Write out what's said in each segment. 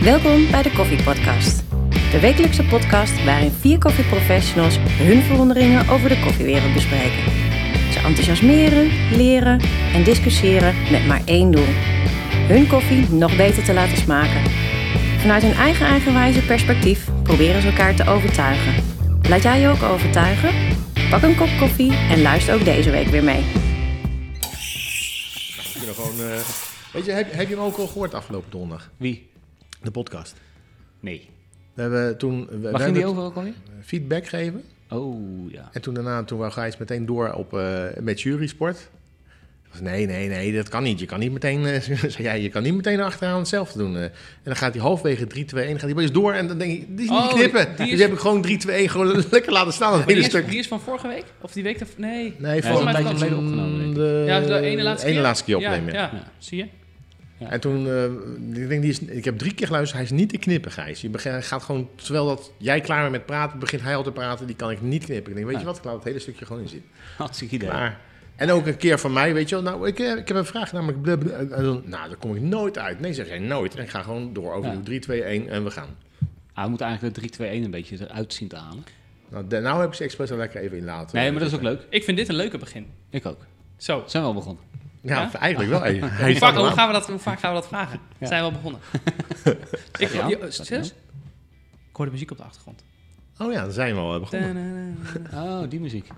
Welkom bij de Koffie Podcast. De wekelijkse podcast waarin 4 koffieprofessionals hun verwonderingen over de koffiewereld bespreken. Ze enthousiasmeren, leren en discussiëren met maar één doel: hun koffie nog beter te laten smaken. Vanuit hun eigen eigenwijze perspectief proberen ze elkaar te overtuigen. Laat jij je ook overtuigen? Pak een kop koffie en luister ook deze week weer mee. Weet je, heb je hem ook al gehoord afgelopen donderdag? Wie? De podcast. Nee. We hebben toen... Waar ging die over ook alweer? Feedback geven. Oh, ja. En toen wou Gijs meteen door met jurysport. Nee, dat kan niet. Je kan niet meteen, je kan niet meteen achteraan hetzelfde doen. En dan gaat hij halverwege 3-2-1, gaat hij eens door en dan denk ik, die is niet knippen. Dus die heb ik gewoon 3-2-1 gewoon lekker laten staan. Die is van vorige week? Of die week ervoor? Nee, van een tijdje geleden opgenomen. de ene laatste keer opnemen. Ja, zie je? Ja. En toen, ik heb 3 keer geluisterd, hij is niet te knippen, Gijs. Hij gaat gewoon, terwijl dat jij klaar bent met praten, begint hij al te praten, die kan ik niet knippen. Ik denk, weet je wat, ik laat het hele stukje gewoon in zitten. Hartstikke idee. Maar, en ook een keer van mij, weet je wel, nou, ik heb een vraag, namelijk, daar kom ik nooit uit. Nee, zeg jij, nooit. En ik ga gewoon door over 3, 2, 1 en we gaan. We moeten eigenlijk de 3-2-1 een beetje eruit zien te halen. Nou heb ik ze expres er lekker even in laten. Nee, maar dat is ook leuk. Ik vind dit een leuke begin. Ik ook. Zo. Zijn we al begonnen? Ja, eigenlijk wel. Hoe vaak gaan we dat vragen? Ja. Zijn we al begonnen? Ik hoor de muziek op de achtergrond. Oh ja, dan zijn we al begonnen. Oh, die muziek.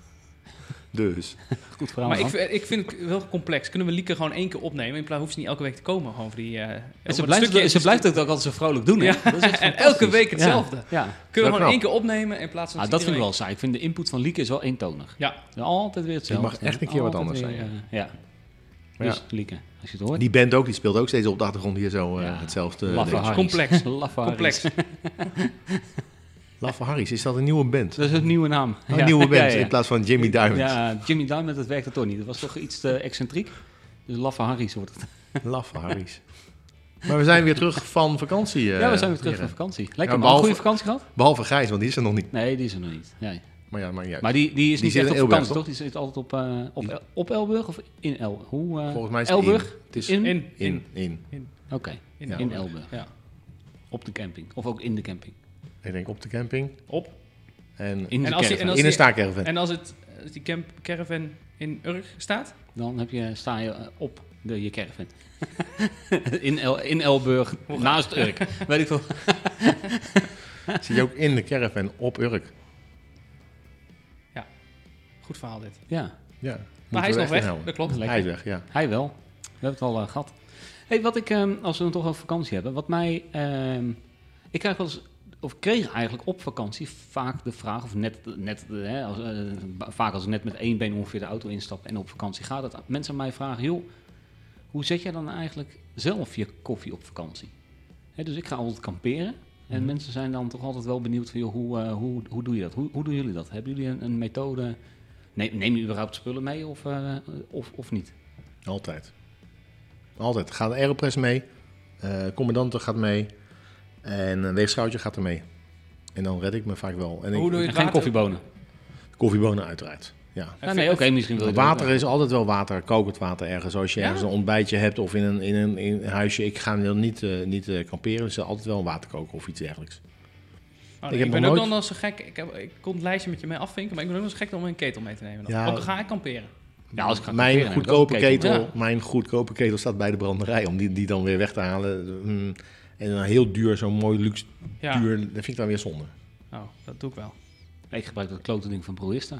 Dus. Goed verhaal. Maar ik vind het wel complex. Kunnen we Lieke gewoon 1 keer opnemen? In plaats hoeft ze niet elke week te komen. Gewoon voor die, ze blijft het ook altijd zo vrolijk doen. Hè? Ja. Dat is echt en elke week hetzelfde. Ja. Kunnen we gewoon 1 keer opnemen in plaats van... Dat vind ik wel saai. Ik vind de input van Lieke is wel eentonig. Ja. Altijd weer hetzelfde. Die mag echt een keer wat anders zijn. Ja. Dus Lieke, als je het hoort. Die band ook, die speelt ook steeds op de achtergrond hier zo hetzelfde. Laffe Harry's. Complex. Complex. Laffe Harry's, is dat een nieuwe band? Dat is een nieuwe naam. Een nieuwe band in plaats van Jimmy Diamond. Ja, Jimmy Diamond, dat werkte toch niet. Dat was toch iets te excentriek. Dus Laffe Harry's wordt het. Laffe Harry's. Maar we zijn weer terug van vakantie. Ja, we zijn weer terug van vakantie. Lekker, ja, een goede vakantie gehad? Behalve Gijs, want die is er nog niet. Nee, die is er nog niet. Nee. Maar die is niet echt op Elburg, vakantie, toch? Die zit altijd op Elburg of in Elburg? Volgens mij is Elburg? het het is in. Oké, in Elburg. Ja. Op de camping. Of ook in de camping. Ik denk op de camping. En in een staakcaravan. En als die caravan in Urk staat? Dan sta je op je caravan. in Elburg, naast Urk. Weet ik veel. Zit je ook in de caravan op Urk? Ja, goed verhaal dit. Ja. Maar hij is nog weg, dat klopt. Hij is weg, ja. Hij wel. We hebben het al gehad. Hey, wat ik, als we het toch over vakantie hebben, wat mij... ik krijg wel eens... Of kreeg eigenlijk op vakantie vaak de vraag, of vaak als ik net met 1 been ongeveer de auto instap en op vakantie ga, dat mensen aan mij vragen, joh, hoe zet jij dan eigenlijk zelf je koffie op vakantie? Dus ik ga altijd kamperen en mensen zijn dan toch altijd wel benieuwd van, joh, hoe doe je dat? Hoe doen jullie dat? Hebben jullie een methode? Neem je überhaupt spullen mee of niet? Altijd. Gaat de Aeropress mee, commandante gaat mee. En een weegschoutje gaat er mee. En dan red ik me vaak wel. En geen koffiebonen? Koffiebonen uiteraard, ja. Misschien wil je water is altijd wel water, kokend water ergens. Als je ergens een ontbijtje hebt of in een huisje. Ik ga niet kamperen, dus er is altijd wel een waterkoker of iets dergelijks. Ik ben ook nog wel zo gek. Ik kon het lijstje met je mee afvinken, maar ik ben ook nog zo gek om een ketel mee te nemen. Ja, ook ga ik kamperen. Ja, als ik ga mijn goedkope ketel staat bij de branderij. Om die dan weer weg te halen. En een heel duur, zo'n mooi luxe duur, dat vind ik dan weer zonde. Oh, dat doe ik wel. Ik gebruik dat klote ding van Broista.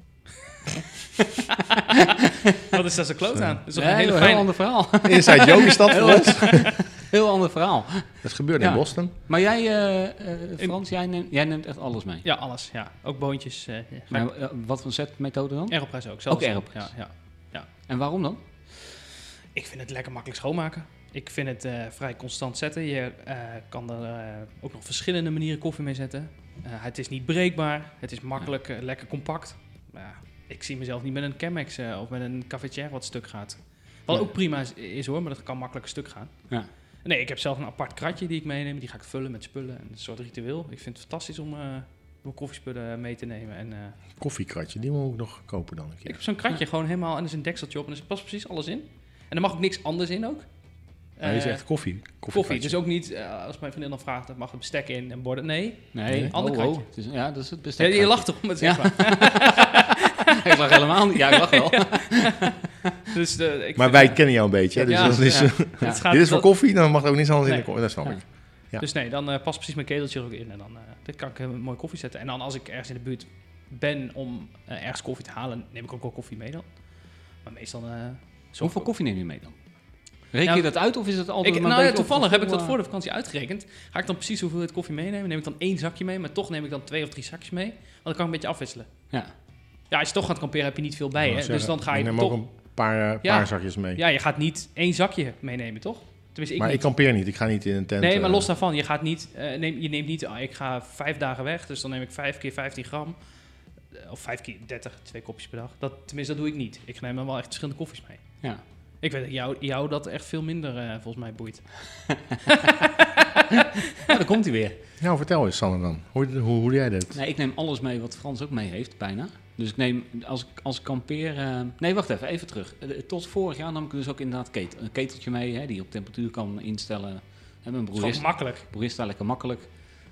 Wat is dat zo'n kloot aan? Dat is een heel ander verhaal. Inside Joke is dat voor ons. Heel ander verhaal. Dat gebeurt in Boston. Maar jij, Frans, jij neemt echt alles mee? Ja, alles. Ja. Ook boontjes. Wat voor zetmethode dan? Aeropress ook. Ook Aeropress? Ja. En waarom dan? Ik vind het lekker makkelijk schoonmaken. Ik vind het vrij constant zetten. Je kan er ook nog verschillende manieren koffie mee zetten. Het is niet breekbaar. Het is makkelijk, lekker compact. Ik zie mezelf niet met een Chemex of met een cafetière wat stuk gaat. Wat ook prima is hoor, maar dat kan makkelijk stuk gaan. Ja. Nee, ik heb zelf een apart kratje die ik meeneem. Die ga ik vullen met spullen. Een soort ritueel. Ik vind het fantastisch om mijn koffiespullen mee te nemen. Koffiekratje, die moet ik nog kopen dan een keer. Ik heb zo'n kratje gewoon helemaal en er is een dekseltje op en er past precies alles in. En er mag ook niks anders in ook. Maar je zegt koffie. Koffie. Dus ook niet, als mijn vriendin dan vraagt, mag er bestek in en borden? Nee. Ander kratje. Het is, dat is het bestek. Je lacht erom, het zeg maar. Ik lach helemaal niet. Ja, ik lach wel. Dus, maar wij kennen jou een beetje. Hè? Dus dat is, dit is voor koffie, dan mag er ook niets anders in de koffie. Dat snap ik. Ja. Dus nee, dan past precies mijn keteltje er ook in. En dan kan ik een mooie koffie zetten. En dan als ik ergens in de buurt ben om ergens koffie te halen, neem ik ook wel koffie mee dan. Maar meestal... Hoeveel koffie neem je mee dan? Reken je dat uit of is het altijd... toevallig heb ik dat voor de vakantie uitgerekend. Ga ik dan precies hoeveel koffie meenemen? Neem ik dan 1 zakje mee, maar toch neem ik dan 2 of 3 zakjes mee. Want dan kan ik een beetje afwisselen. Ja, als je toch gaat kamperen heb je niet veel bij je. Dus dan ga je neem toch... ook een paar zakjes mee. Ja, je gaat niet 1 zakje meenemen, toch? Tenminste, ik kampeer niet. Ik ga niet in een tent. Nee, maar los daarvan. Je gaat niet... je neemt niet... ik ga 5 dagen weg, dus dan neem ik 5 keer 15 gram. Of 5 keer 30, 2 kopjes per dag. Tenminste, dat doe ik niet. Ik neem dan wel echt verschillende koffies mee. Ja. Ik weet dat jou dat echt veel minder volgens mij boeit. Daar komt hij weer. Nou, vertel eens, Sanne dan. Hoe doe jij dat? Nee, ik neem alles mee wat Frans ook mee heeft, bijna. Dus ik neem, als ik kampeer... Nee, wacht even terug. Tot vorig jaar nam ik dus ook inderdaad een keteltje mee, die je op temperatuur kan instellen. Mijn broer is makkelijk. Barista, lekker makkelijk.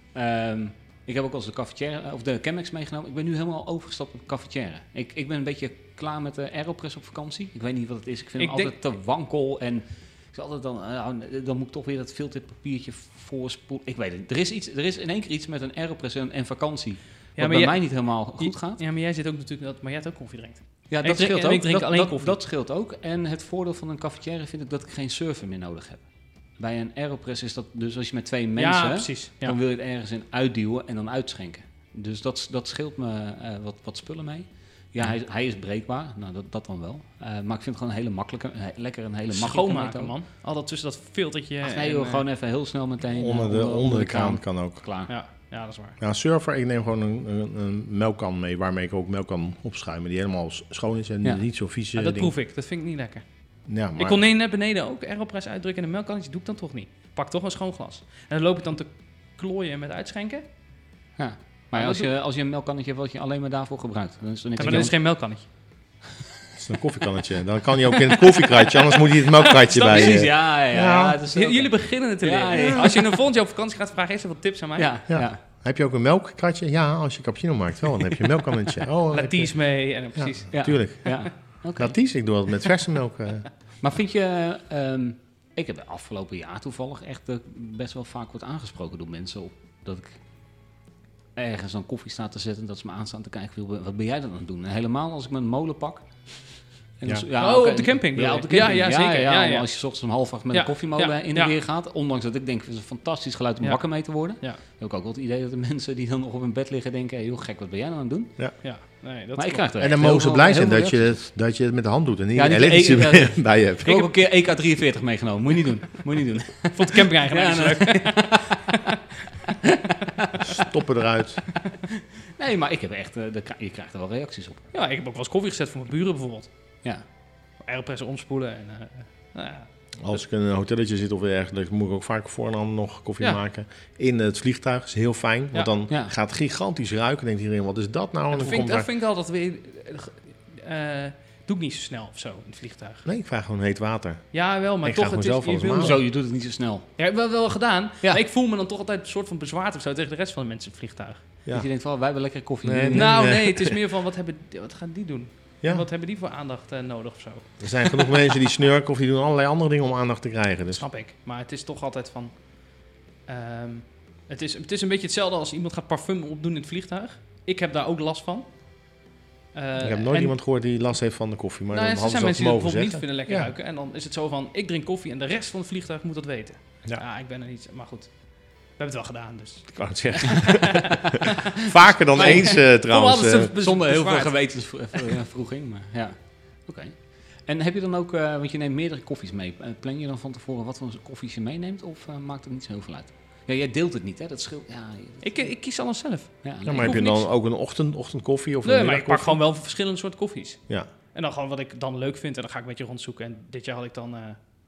Ik heb ook als de cafetière, of de Chemex meegenomen. Ik ben nu helemaal overgestapt op de cafetière. Ik ben een beetje klaar met de Aeropress op vakantie. Ik weet niet wat het is. Ik vind hem altijd te wankel. En ik zeg altijd dan moet ik toch weer dat filterpapiertje voorspoelen. Ik weet het. Er is in één keer iets met een Aeropress en vakantie. Wat bij mij niet helemaal goed gaat. Ja, maar jij zit ook natuurlijk... Maar jij hebt ook koffie drinkt. Ja, dat scheelt ook. Ik drink alleen koffie. Dat scheelt ook. En het voordeel van een cafetière vind ik dat ik geen server meer nodig heb. Bij een Aeropress is dat dus als je met 2 mensen... dan wil je het ergens in uitduwen en dan uitschenken. Dus dat scheelt me wat spullen mee. Ja, hij is breekbaar. Nou, dat dan wel. Maar ik vind het gewoon een hele makkelijke... Lekker een hele makkelijke schoonmaken, methode. Man. Al dat tussen dat filtertje... Nee joh, gewoon even heel snel meteen... Onder de kraan kan ook. Klaar. Ja, dat is waar. Ja, een server, ik neem gewoon een melkkan mee... waarmee ik ook melk kan opschuimen. Die helemaal schoon is en niet zo vies. Dat proef ik. Dat vind ik niet lekker. Ja, maar... Ik kon net beneden ook Aeropress uitdrukken en een melkkannetje doe ik dan toch niet. Pak toch een schoon glas. En dan loop ik dan te klooien met uitschenken. Ja, maar als je een melkkannetje hebt wat je alleen maar daarvoor gebruikt. Dan is het maar dat is geen melkkannetje. Dat is een koffiekannetje. Dan kan hij ook in het koffiekratje, anders moet hij het melkkratje bij. Precies, ja. Jullie beginnen het te leren. Ja. Als je een volgend jaar op vakantie gaat, vraag eerst even wat tips aan mij. Ja. Heb je ook een melkkratje? Ja, als je cappuccino maakt wel, dan heb je een melkkannetje. Laties mee en precies. Ja, tuurlijk. Ja. Okay. Laties, ik doe dat met verse melk. Maar vind je... ik heb de afgelopen jaar toevallig echt best wel vaak wordt aangesproken door mensen op dat ik ergens een koffie sta te zetten en dat ze me aanstaan te kijken, wat ben jij dan aan het doen? En helemaal als ik mijn molen pak. En op de camping? Ja, op de camping. Ja, zeker. Ja. Als je 's ochtends om 7:30 met een koffiemolen in de weer gaat, ondanks dat ik denk, het is een fantastisch geluid om wakker mee te worden. Ja. Heb ik ook wel het idee dat de mensen die dan nog op hun bed liggen denken, heel gek, wat ben jij dan aan het doen? Ja. Nee, dat maar ik krijg er en dan mogen ze blij zijn dat je het met de hand doet en niet elektrische bij je hebt. Ik heb ook een keer EK43 meegenomen. Moet je niet doen. Vond de camping eigenlijk leuk. Stoppen eruit. Nee, maar ik heb echt... je krijgt er wel reacties op. Ja, ik heb ook wel eens koffie gezet voor mijn buren bijvoorbeeld. Ja. Aeropress omspoelen en... Als ik in een hotelletje zit of ergens, moet ik ook vaak voorhand nog koffie maken. In het vliegtuig, dat is heel fijn. Want dan gaat het gigantisch ruiken. Denkt iedereen, wat is dat nou? Dat vind ik altijd weer... doe ik niet zo snel of zo in het vliegtuig. Nee, ik vraag gewoon heet water. Ja, wel, maar toch... je doet het niet zo snel. Ja, ik heb wel gedaan. Ja. Maar ik voel me dan toch altijd een soort van bezwaard of zo tegen de rest van de mensen in het vliegtuig. Ja. Dat je denkt van, wij hebben lekker koffie. Nee, het is meer van, wat gaan die doen? Ja. Wat hebben die voor aandacht nodig of zo? Er zijn genoeg mensen die snurken of die doen allerlei andere dingen om aandacht te krijgen. Dus. Snap ik. Maar het is toch altijd van... het is een beetje hetzelfde als iemand gaat parfum opdoen in het vliegtuig. Ik heb daar ook last van. Ik heb nooit iemand gehoord die last heeft van de koffie. Maar er zijn mensen die dat bijvoorbeeld niet vinden lekker ruiken. En dan is het zo van, ik drink koffie en de rest van het vliegtuig moet dat weten. Ja, ik ben er niet... Maar goed, we hebben het wel gedaan, dus... Ik wou het zeggen. Vaker dan eens trouwens. Zonder heel veel gewetensvroeging, maar ja. Oké. En heb je dan ook, want je neemt meerdere koffies mee. Plan je dan van tevoren wat voor koffies je meeneemt? Of maakt het niet zo heel veel uit? Ja, jij deelt het niet, hè? Dat scheelt. Ja, ik kies alles zelf. Ja, maar heb je dan ook een ochtendkoffie? Of nee, maar ik pak gewoon wel verschillende soorten koffies. Ja. En dan gewoon wat ik dan leuk vind. En dan ga ik een beetje rondzoeken. En dit jaar had ik dan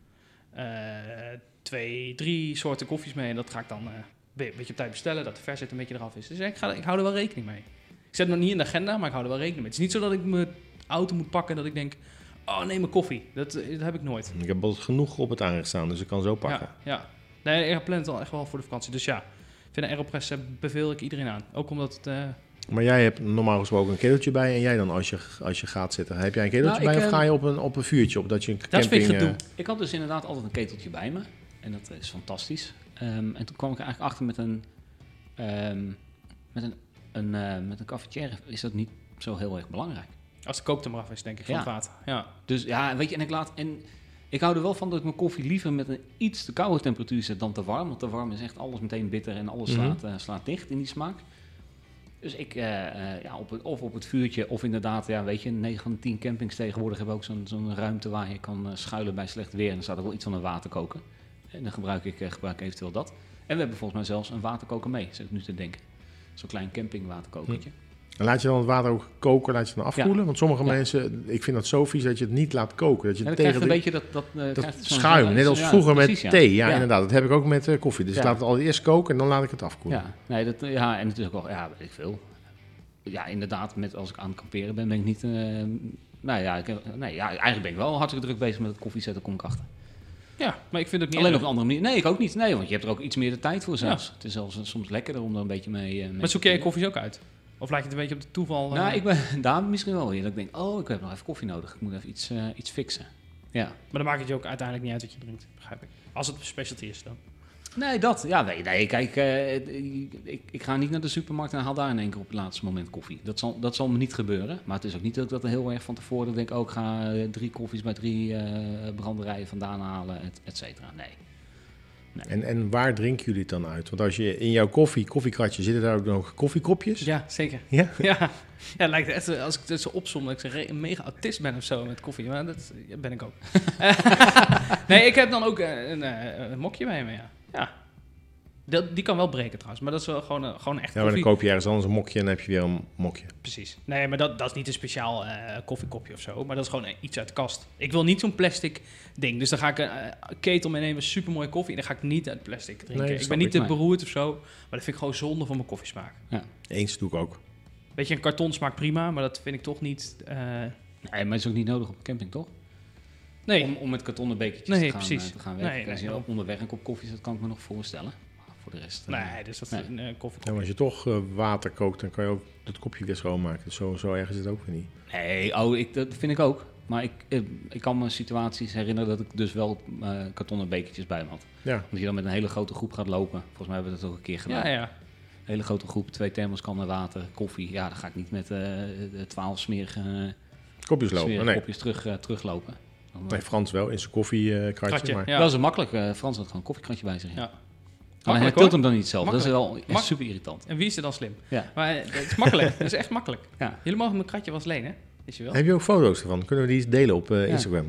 2, 3 soorten koffies mee. En dat ga ik dan een beetje op tijd bestellen. Dat de versheid een beetje eraf is. Dus ik hou er wel rekening mee. Ik zet het nog niet in de agenda, maar ik hou er wel rekening mee. Het is niet zo dat ik mijn auto moet pakken en dat ik denk... oh, neem een koffie. Dat heb ik nooit. Ik heb al genoeg op het aanrecht staan, dus ik kan zo pakken. Ja. Nee, Aeroplan is al echt wel voor de vakantie. Dus ja, ik vind de Aeropress beveel ik iedereen aan. Ook omdat het... Maar jij hebt normaal gesproken een keteltje bij en jij dan als je gaat zitten. Heb jij een keteltje bij of ga je op een vuurtje? Op dat je een dat camping... vind ik gedoe. Ik had dus inderdaad altijd een keteltje bij me. En dat is fantastisch. En toen kwam ik er eigenlijk achter met een cafetière is dat niet zo heel erg belangrijk. Als de kook er maar af is, denk ik, van Ja. het water. Ja. Dus ja, weet je, ik hou er wel van dat ik mijn koffie liever met een iets te koude temperatuur zet dan te warm. Want te warm is echt alles meteen bitter en alles slaat dicht in die smaak. Dus ik, of op het vuurtje, of inderdaad, ja, weet je, 9 van de 10 campings tegenwoordig hebben ook zo'n ruimte waar je kan schuilen bij slecht weer. En dan staat er wel iets van een waterkoker. En dan gebruik ik eventueel dat. En we hebben volgens mij zelfs een waterkoker mee, zit ik nu te denken. Zo'n klein campingwaterkokertje. En laat je dan het water ook koken, laat je het dan afkoelen? Ja. Want sommige Ja. mensen, ik vind dat zo vies dat je het niet laat koken. Dat je En het dan krijg je tegen een beetje dat dat schuim, net als ja, vroeger precies, met ja. thee. Ja, inderdaad. Dat heb ik ook met koffie. Dus Ja. ik laat het al eerst koken en dan laat ik het afkoelen. Ja, nee, en natuurlijk ook, ja, weet ik veel. Ja, inderdaad, als ik aan het kamperen ben ik niet... eigenlijk ben ik wel hartstikke druk bezig met het koffiezetten, kom ik achter. Ja, maar ik vind het niet Alleen op erg. een andere manier. Nee, ik ook niet. Nee, want je hebt er ook iets meer de tijd voor zelfs. Het is zelfs soms lekkerder om er een beetje mee... Maar zoek jij je koffies ook uit? Of laat je het een beetje op de toeval... Nou, ik ben daar misschien wel weer. Dat ik denk, ik heb nog even koffie nodig. Ik moet even iets fixen. Ja. Maar dan maakt het je ook uiteindelijk niet uit wat je drinkt, begrijp ik. Als het een specialty is dan. Nee, dat. Ja, nee kijk, ik ga niet naar de supermarkt en haal daar in één keer op het laatste moment koffie. Dat zal me niet gebeuren. Maar het is ook niet dat ik dat er heel erg van tevoren denk, ik ga 3 koffies bij 3 branderijen vandaan halen, et cetera. Nee. En waar drinken jullie het dan uit? Want als je in jouw koffiekratje zitten daar ook nog koffiekopjes? Ja, zeker. Ja? Ja, het lijkt echt, als ik het zo opsom, dat ik een mega autist ben of zo met koffie. Maar dat ben ik ook. Nee, ik heb dan ook een mokje bij me, ja. Die kan wel breken trouwens, maar dat is wel gewoon echt Ja, maar koffie. dan koop je ergens anders een mokje en dan heb je weer een mokje. Precies. Nee, maar dat is niet een speciaal koffiekopje of zo, maar dat is gewoon iets uit de kast. Ik wil niet zo'n plastic ding, dus dan ga ik een ketel meenemen, supermooie koffie, en dan ga ik niet uit plastic drinken. Nee, ik snap ben niet ik. te Nee. beroerd of zo, maar dat vind ik gewoon zonde van mijn koffiesmaak. Eens doe ik ook. Weet je, een karton smaakt prima, maar dat vind ik toch niet... Nee, maar het is ook niet nodig op een camping, toch? nee, Om met kartonnen bekertjes Nee, te precies. gaan werken. Nee, Als je nee. onderweg een kop koffie zet, kan ik me nog voorstellen. Maar voor de rest... nee, dus dat is een Ja, koffiekopje. maar als je toch water kookt, dan kan je ook dat kopje weer schoonmaken. Dus zo erg is het ook weer niet. Nee, dat vind ik ook. Maar ik kan me situaties herinneren dat ik dus wel kartonnen bekertjes bij me had. Ja. Want je dan met een hele grote groep gaat lopen. Volgens mij hebben we dat ook een keer gedaan. Ja. Een hele grote groep, 2 thermoskannen water, koffie. Ja, dan ga ik niet met 12 smerige Kopjes lopen. Nee. kopjes teruglopen. Dan, Nee, Frans wel, in zijn koffiekratje. Kratje, Maar ja. Dat is het makkelijk. Frans had gewoon een koffiekratje bij zich. Ja. Maar hij Makkelijk, tilt hoor. hem dan niet zelf. Dat is wel Makkelijk. super irritant. En wie is er dan slim? Ja. Maar het is makkelijk. Het is echt makkelijk. Ja. Jullie mogen mijn kratje wel eens lenen, is je wel? Heb je ook foto's ervan? Kunnen we die eens delen op Instagram?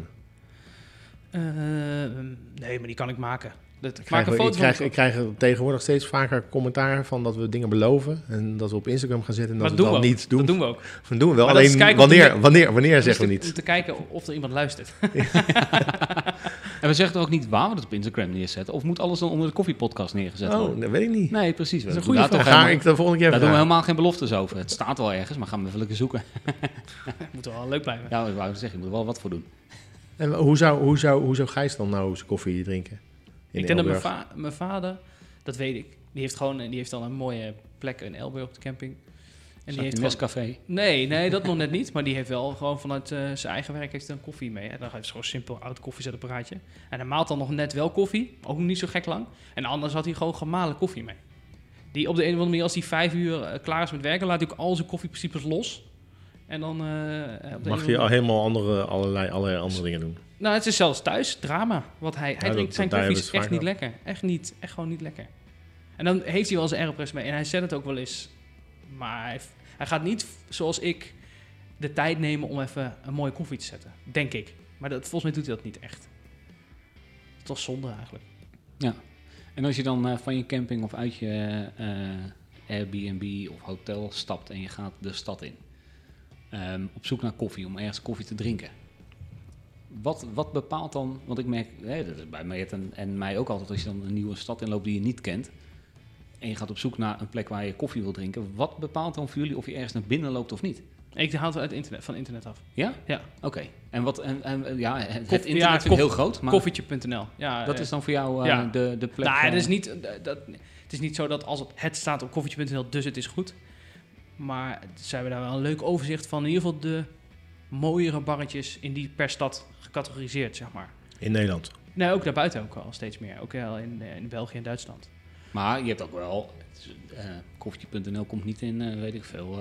Nee, maar die kan ik maken. Ik maak een foto Ik krijg tegenwoordig steeds vaker commentaar van dat we dingen beloven. En dat we op Instagram gaan zetten en dat Maar we dat het doen dan we ook. niet doen. Dat doen we ook. We doen het wel, Maar dat is alleen kijken of wanneer Dus zeggen we om niet. te kijken of er iemand luistert. En we zeggen toch ook niet waar we het op Instagram neerzetten? Of moet alles dan onder de koffiepodcast neergezet worden? Oh, dat weet ik niet. Nee, precies. Dat is een doen goede daar Dan toch ga ik de volgende keer daar doen we vragen. helemaal geen beloftes over. Het staat wel ergens, maar gaan we even lekker zoeken. Moet wel leuk blijven. Ja, ik wou zeggen, je moet er wel wat voor doen. En hoe zou Gijs dan nou zijn koffie drinken? In Ik denk dat Elburg? mijn vader, dat weet ik, die heeft dan een mooie plek in Elburg op de camping. En die heeft een gewoon, Nescafé. nee, dat nog net niet. Maar die heeft wel gewoon vanuit zijn eigen werk heeft hij dan koffie mee. En dan heeft ze gewoon simpel oud koffiezetapparaatje. En hij maalt dan nog net wel koffie, ook niet zo gek lang. En anders had hij gewoon gemalen koffie mee. Die op de een of andere manier, als hij 5 uur klaar is met werken, laat hij ook al zijn koffieprincipes los. En dan... op de Mag een je of al andere- helemaal allerlei andere dingen doen? Nou, het is zelfs thuis drama. Want hij drinkt zijn daar hebben koffies we het echt niet vaak lekker. Echt gewoon niet lekker. En dan heeft hij wel zijn Aeropress mee. En hij zet het ook wel eens. Maar hij gaat niet, zoals ik, de tijd nemen om even een mooie koffie te zetten. Denk ik. Maar volgens mij doet hij dat niet echt. Het is toch zonde eigenlijk. Ja. En als je dan van je camping of uit je Airbnb of hotel stapt en je gaat de stad in. Op zoek naar koffie, om ergens koffie te drinken. Wat bepaalt dan, want ik merk, dat is bij mij en mij ook altijd, als je dan een nieuwe stad inloopt die je niet kent. en je gaat op zoek naar een plek waar je koffie wil drinken, wat bepaalt dan voor jullie of je ergens naar binnen loopt of niet? Ik haal het van internet af. Ja? Ja. Oké. En wat? Het Koffie- internet vind ik heel groot, maar Koffietje.nl. Ja, dat is dan voor jou ja. de plek. Nou, het is niet zo dat als het staat op koffietje.nl, dus het is goed. Maar ze hebben daar wel een leuk overzicht van in ieder geval de mooiere barretjes in die per stad gecategoriseerd, zeg maar. In Nederland. Nee, ook daarbuiten ook al steeds meer. Ook wel in België en Duitsland. Maar je hebt ook wel. Koffietje.nl komt niet in, weet ik veel.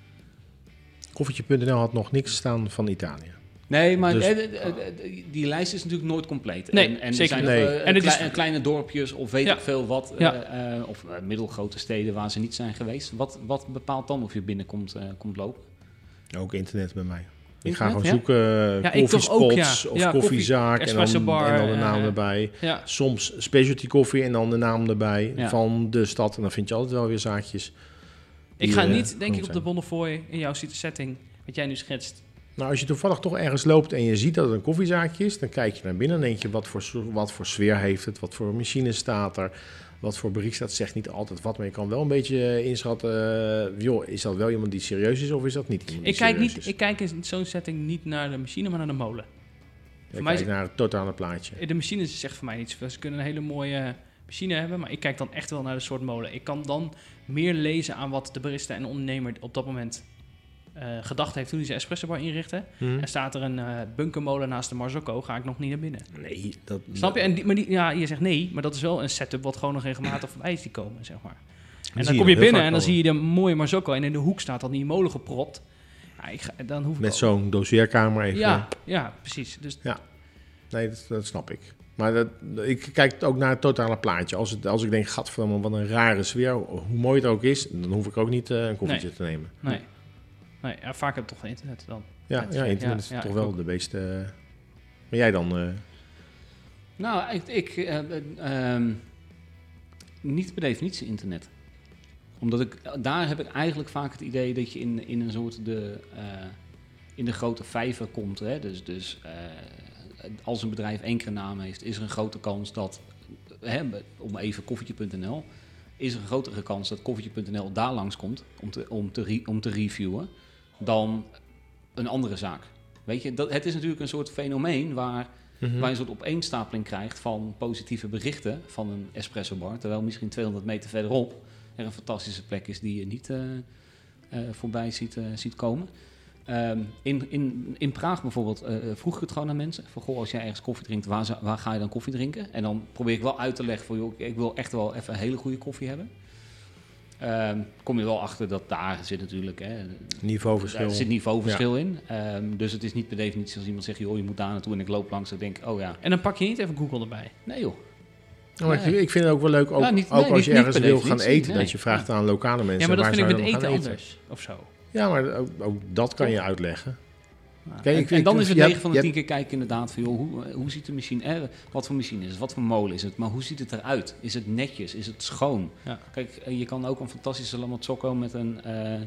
Koffietje.nl had nog niks staan van Italië. Nee, maar Dus- die lijst is natuurlijk nooit compleet. Nee, en zeker er zijn niet. nog, En het is- kleine dorpjes of weet Ja. ik veel wat. Ja. Of middelgrote steden waar ze niet zijn geweest. Wat bepaalt dan of je binnenkomt komt lopen? Ook internet bij mij. Ik ga Internet, gewoon zoeken Ja, ik toch ook, koffiespots ja. of Ja, koffiezaak en espresso dan bar, de naam erbij. Ja. Soms specialty koffie en dan de naam erbij Ja. van de stad. En dan vind je altijd wel weer zaakjes. Ik die, ga niet, genoemd denk ik, op de zijn. Bonnefoy in jouw setting, wat jij nu schetst. Nou, als je toevallig toch ergens loopt en je ziet dat het een koffiezaakje is, dan kijk je naar binnen en denk je, wat voor sfeer heeft het? Wat voor machine staat er? Wat voor bericht staat? Zegt niet altijd wat, maar je kan wel een beetje inschatten, joh, is dat wel iemand die serieus is of is dat niet iemand die serieus is? Ik kijk in zo'n setting niet naar de machine, maar naar de molen. Je voor mij kijkt naar het totale plaatje. De machine zegt voor mij niets. Ze kunnen een hele mooie machine hebben, maar ik kijk dan echt wel naar de soort molen. Ik kan dan meer lezen aan wat de barista en ondernemer op dat moment gedacht heeft toen hij zijn espresso bar inrichtte. En staat er een bunkermolen naast de Marzocco, ga ik nog niet naar binnen. Nee, dat... Snap je? Je zegt nee, maar dat is wel een setup wat gewoon nog regelmatig voorbij is die komen, zeg maar. En zie dan je kom je heel binnen vaak en dan wel. zie je de mooie Marzocco en in de hoek staat dan die molen gepropt. Ja, dan hoef ik Met ook- zo'n doseerkamer even. Ja, precies. Dus Nee, dat snap ik. Maar ik kijk ook naar het totale plaatje. Als ik denk, gadverdamme, wat een rare sfeer. Hoe mooi het ook is, dan hoef ik ook niet een koffietje te nemen. nee. Nee, ja, vaak heb ik toch van internet dan. Ja, Net, internet ja, is ja, toch ik wel ook. de meeste... Maar jij dan? Nou, niet per definitie internet. Omdat daar heb ik eigenlijk vaak het idee dat je in een soort in de grote vijver komt. Hè? Dus als een bedrijf 1 keer een naam heeft, is er een grote kans dat, om even koffietje.nl, is er een grotere kans dat koffietje.nl daar langskomt om te reviewen dan een andere zaak. Weet je, het is natuurlijk een soort fenomeen waar je een soort opeenstapeling krijgt van positieve berichten van een espresso bar, terwijl misschien 200 meter verderop er een fantastische plek is die je niet voorbij ziet komen. In Praag bijvoorbeeld vroeg ik het gewoon aan mensen. Van, goh, als jij ergens koffie drinkt, waar ga je dan koffie drinken? En dan probeer ik wel uit te leggen van, joh, ik wil echt wel even een hele goede koffie hebben. Kom je wel achter dat daar zit natuurlijk... Niveauverschil. Er zit niveauverschil in. Dus het is niet per definitie als iemand zegt, joh, je moet daar naartoe en ik loop langs en denk, oh ja. En dan pak je niet even Google erbij. Nee joh. Maar ik vind het ook wel leuk, ook, Ja, niet als je per ergens wil gaan definitie, eten, nee. dat je vraagt aan lokale mensen. Ja, maar dat waar vind ik zou met je dan eten gaan anders. Of zo. Ja, maar ook dat kan je uitleggen. Nou, Kijk, En dan is het je 9 van de hebt- 10 keer kijken inderdaad van, joh, hoe ziet de machine, wat voor machine is het, wat voor molen is het, maar hoe ziet het eruit? Is het netjes, is het schoon? Ja. Kijk, je kan ook een fantastische Lamazocco met een,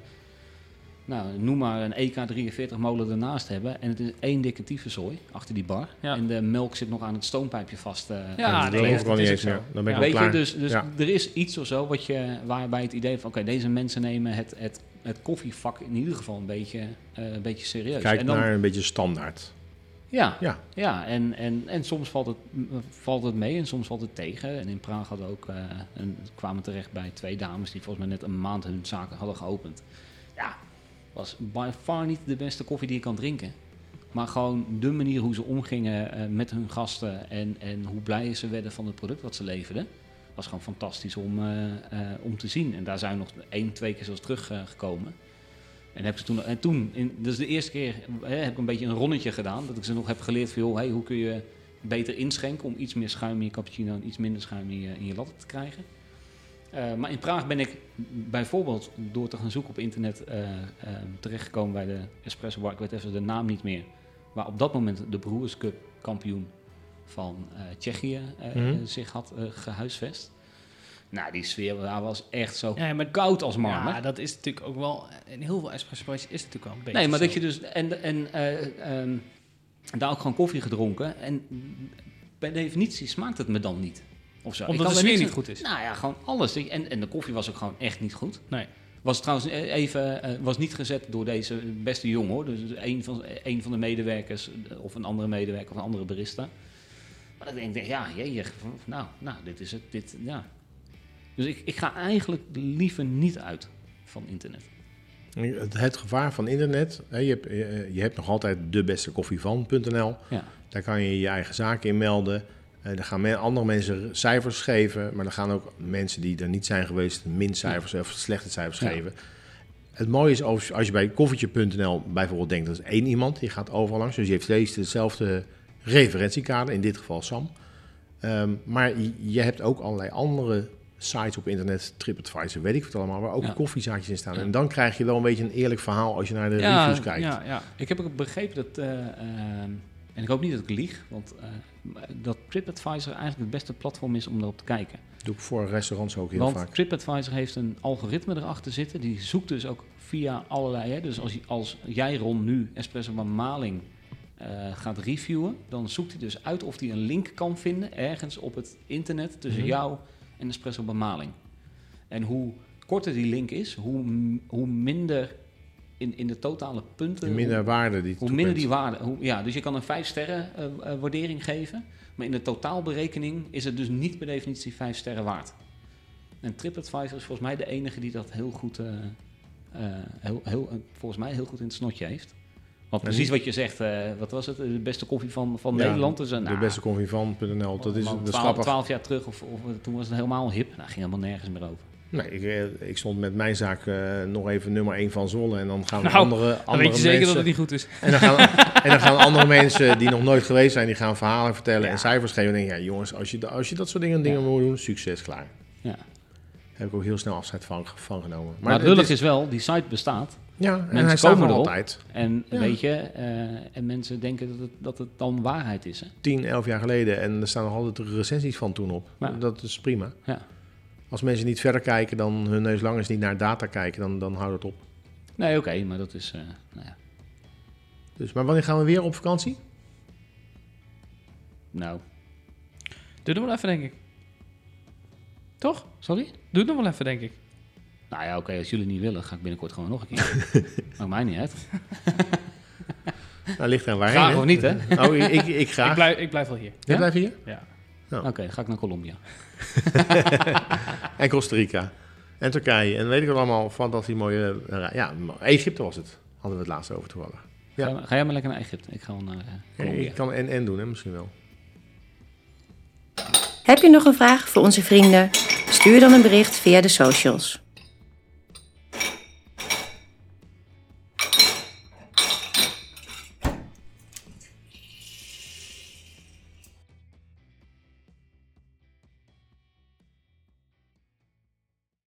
noem maar een EK43 molen ernaast hebben en het is één dikke tyfuszooi achter die bar. Ja. En de melk zit nog aan het stoompijpje vast. Ja, dat nee, hoef ik dat wel niet is eens ook meer. zo. Dan ben ik Ja. al Weet je, klaar. dus Ja. er is iets of zo waarbij het idee van, oké, deze mensen nemen het koffievak in ieder geval een beetje serieus. Kijk en dan, naar een beetje standaard. Ja, Ja. ja en soms valt het mee en soms valt het tegen. En in Praag hadden we ook, kwamen terecht bij 2 dames die volgens mij net een maand hun zaken hadden geopend. Ja, was by far niet de beste koffie die je kan drinken. Maar gewoon de manier hoe ze omgingen met hun gasten en hoe blij ze werden van het product wat ze leverden, was gewoon fantastisch om te zien. En daar zijn we nog 1-2 keer zelfs teruggekomen. En heb ze dus de eerste keer heb ik een beetje een ronnetje gedaan. Dat ik ze nog heb geleerd van, joh, hoe kun je beter inschenken om iets meer schuim in je cappuccino en iets minder schuim in je latte te krijgen. Maar in Praag ben ik bijvoorbeeld door te gaan zoeken op internet terechtgekomen bij de espresso bar. Ik weet even de naam niet meer. Waar op dat moment de Brewers Cup kampioen van Tsjechië zich had gehuisvest. Nou, die sfeer daar was echt zo Ja, maar koud als marmer. Ja, dat is natuurlijk ook wel... In heel veel espresso bars is het natuurlijk wel een beetje Nee, maar zo. dat je dus... daar ook gewoon koffie gedronken. En per definitie smaakt het me dan niet. Of zo. Omdat de sfeer niet goed is. Nou ja, gewoon alles. En de koffie was ook gewoon echt niet goed. Nee. Was trouwens was niet gezet door deze beste jongen, hoor. Dus een van de medewerkers of een andere medewerker of een andere barista. Maar dan denk ik, ja, nou, dit is het. Ja. Dus ik ga eigenlijk liever niet uit van internet. Het gevaar van internet, hè, je hebt nog altijd debestekoffievan.nl. Ja. Daar kan je je eigen zaken in melden. Daar gaan andere mensen cijfers geven, maar er gaan ook mensen die er niet zijn geweest mincijfers of slechte cijfers geven. Het mooie is als je bij koffietje.nl bijvoorbeeld denkt, dat is 1 iemand, die gaat overal langs, dus die heeft steeds dezelfde referentiekader, in dit geval Sam. Maar je hebt ook allerlei andere sites op internet, TripAdvisor, weet ik wat allemaal, waar ook koffiezaakjes in staan. Ja. En dan krijg je wel een beetje een eerlijk verhaal als je naar de reviews kijkt. Ja. Ik heb ook begrepen dat, en ik hoop niet dat ik lieg, want dat TripAdvisor eigenlijk het beste platform is om erop te kijken. Dat doe ik voor restaurants ook heel want vaak. TripAdvisor heeft een algoritme erachter zitten, die zoekt dus ook via allerlei, hè, dus als jij, Ron, nu Espresso Bamaling gaat reviewen, dan zoekt hij dus uit of hij een link kan vinden ergens op het internet tussen jou en Espresso Bamaling. En hoe korter die link is, hoe minder in de totale punten... Hoe minder waarde die Hoe minder die waarde... dus je kan een 5 sterren waardering geven, maar in de totaalberekening is het dus niet per definitie 5 sterren waard. En TripAdvisor is volgens mij de enige die dat heel goed, volgens mij heel goed in het snotje heeft. Want precies wat je zegt, wat was het? De beste koffie van Nederland. Dus de beste koffie van.nl. Dat is 12 jaar terug, of toen was het helemaal hip. Nou, ging helemaal nergens meer over. Nee, ik stond met mijn zaak nog even nummer 1 van Zwolle. En dan gaan andere weet je zeker mensen, dat het niet goed is. En dan gaan andere mensen die nog nooit geweest zijn, die gaan verhalen vertellen en cijfers geven. En denk je, ja jongens, als je dat soort dingen moet doen, succes, klaar. Ja. Daar heb ik ook heel snel afscheid van genomen. Maar het lullig is wel, die site bestaat. Ja, en hij staat er altijd. En weet je, en mensen denken dat het dan waarheid is. Hè? 10, 11 jaar geleden. En er staan nog altijd recensies van toen op. Ja. Dat is prima. Ja. Als mensen niet verder kijken dan hun neus lang is, niet naar data kijken, dan houdt het op. Nee, oké, maar dat is... nou ja. Dus, maar wanneer gaan we weer op vakantie? Nou. Doe het nog wel even, denk ik. Toch? Sorry? Doe het nog wel even, denk ik. Nou ja, oké, als jullie niet willen, ga ik binnenkort gewoon nog een keer. Maakt mij niet uit. Nou, ligt er waarheen. Graag of niet, hè? Oh, ik graag. Ik blijf wel hier. Jij blijft hier? Ja. Nou. Oké, ga ik naar Colombia. En Costa Rica. En Turkije. En weet ik wat allemaal fantastisch mooie... Egypte was het. Hadden we het laatst over toevallig. Ja. Ga jij maar lekker naar Egypte. Ik ga wel naar Colombia. Ik kan en doen, hè, misschien wel. Heb je nog een vraag voor onze vrienden? Stuur dan een bericht via de socials.